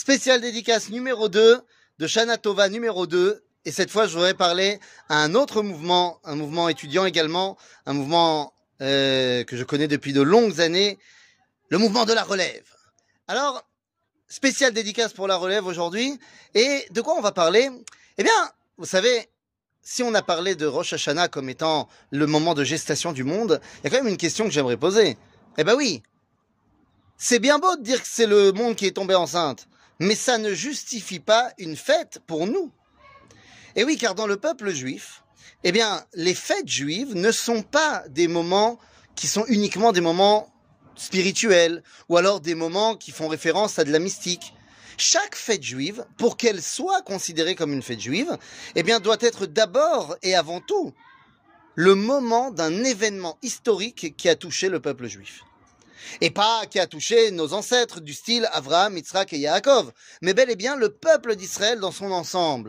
Spécial dédicace numéro 2 de Shana Tova numéro 2. Et cette fois, je voudrais parler à un autre mouvement, un mouvement étudiant également, un mouvement que je connais depuis de longues années, le mouvement de la relève. Alors, spécial dédicace pour la relève aujourd'hui. Et de quoi on va parler? Eh bien, vous savez, si on a parlé de Rosh Hashanah comme étant le moment de gestation du monde, il y a quand même une question que j'aimerais poser. Eh ben oui, c'est bien beau de dire que c'est le monde qui est tombé enceinte, mais ça ne justifie pas une fête pour nous. Et oui, car dans le peuple juif, eh bien, les fêtes juives ne sont pas des moments qui sont uniquement des moments spirituels, ou alors des moments qui font référence à de la mystique. Chaque fête juive, pour qu'elle soit considérée comme une fête juive, eh bien, doit être d'abord et avant tout le moment d'un événement historique qui a touché le peuple juif. Et pas qui a touché nos ancêtres du style Avraham, Yitzhak et Yaakov, mais bel et bien le peuple d'Israël dans son ensemble.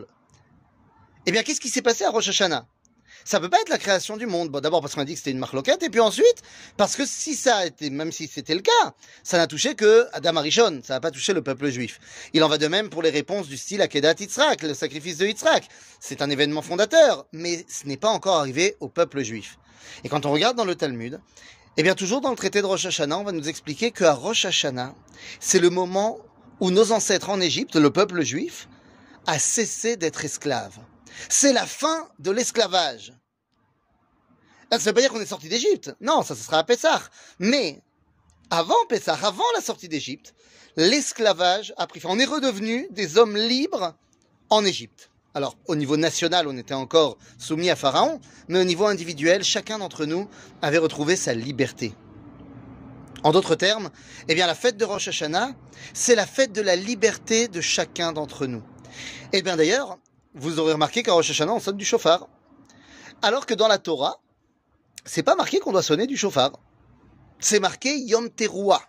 Eh bien, qu'est-ce qui s'est passé à Rosh Hashanah? Ça peut pas être la création du monde. Bon, d'abord parce qu'on a dit que c'était une marloquette, et puis ensuite, parce que si ça a été, même si c'était le cas, ça n'a touché que Adam Arishon, ça n'a pas touché le peuple juif. Il en va de même pour les réponses du style Akedat Yitzhak, le sacrifice de Yitzhak. C'est un événement fondateur, mais ce n'est pas encore arrivé au peuple juif. Et quand on regarde dans le Talmud, eh bien, toujours dans le traité de Rosh Hashanah, on va nous expliquer qu'à Rosh Hashanah, c'est le moment où nos ancêtres en Égypte, le peuple juif, a cessé d'être esclave. C'est la fin de l'esclavage. Là, ça ne veut pas dire qu'on est sorti d'Égypte. Non, ça sera à Pessah. Mais avant Pessah, avant la sortie d'Égypte, l'esclavage a pris fin. On est redevenu des hommes libres en Égypte. Alors, au niveau national, on était encore soumis à Pharaon, mais au niveau individuel, chacun d'entre nous avait retrouvé sa liberté. En d'autres termes, eh bien, la fête de Rosh Hashanah, c'est la fête de la liberté de chacun d'entre nous. Et bien d'ailleurs, vous aurez remarqué qu'à Rosh Hashanah, on sonne du shofar. Alors que dans la Torah, c'est pas marqué qu'on doit sonner du shofar. C'est marqué Yom Teruah,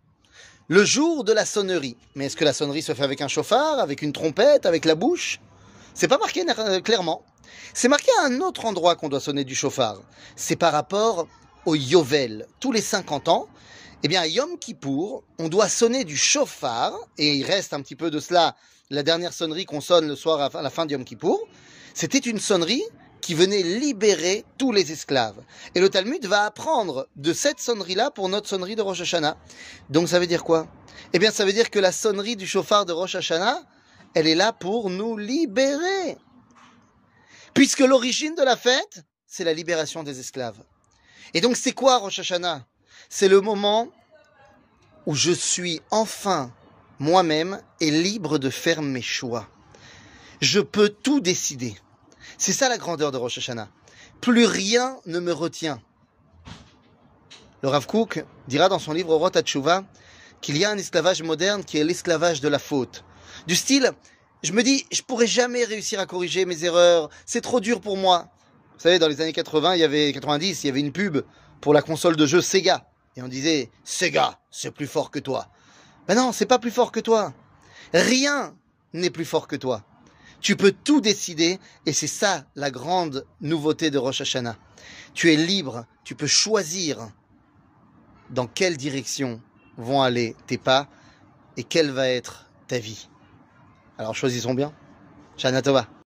le jour de la sonnerie. Mais est-ce que la sonnerie se fait avec un shofar, avec une trompette, avec la bouche? C'est pas marqué clairement. C'est marqué à un autre endroit qu'on doit sonner du shofar. C'est par rapport au Yovel. Tous les 50 ans, eh bien, à Yom Kippour, on doit sonner du shofar, et il reste un petit peu de cela, la dernière sonnerie qu'on sonne le soir à la fin de Yom Kippour. C'était une sonnerie qui venait libérer tous les esclaves. Et le Talmud va apprendre de cette sonnerie-là pour notre sonnerie de Rosh Hashanah. Donc ça veut dire quoi? Eh bien, ça veut dire que la sonnerie du shofar de Rosh Hashanah, elle est là pour nous libérer. Puisque l'origine de la fête, c'est la libération des esclaves. Et donc c'est quoi Rosh Hashanah? C'est le moment où je suis enfin moi-même et libre de faire mes choix. Je peux tout décider. C'est ça la grandeur de Rosh Hashanah. Plus rien ne me retient. Le Rav Kook dira dans son livre Orot HaTshuva qu'il y a un esclavage moderne qui est l'esclavage de la faute. Du style, je me dis, je pourrais jamais réussir à corriger mes erreurs, c'est trop dur pour moi. Vous savez, dans les années 90, il y avait une pub pour la console de jeu Sega. Et on disait, Sega, c'est plus fort que toi. Ben non, c'est pas plus fort que toi. Rien n'est plus fort que toi. Tu peux tout décider, et c'est ça la grande nouveauté de Rosh Hashanah. Tu es libre, tu peux choisir dans quelle direction vont aller tes pas et quelle va être ta vie. Alors choisissons bien. Shana Tova.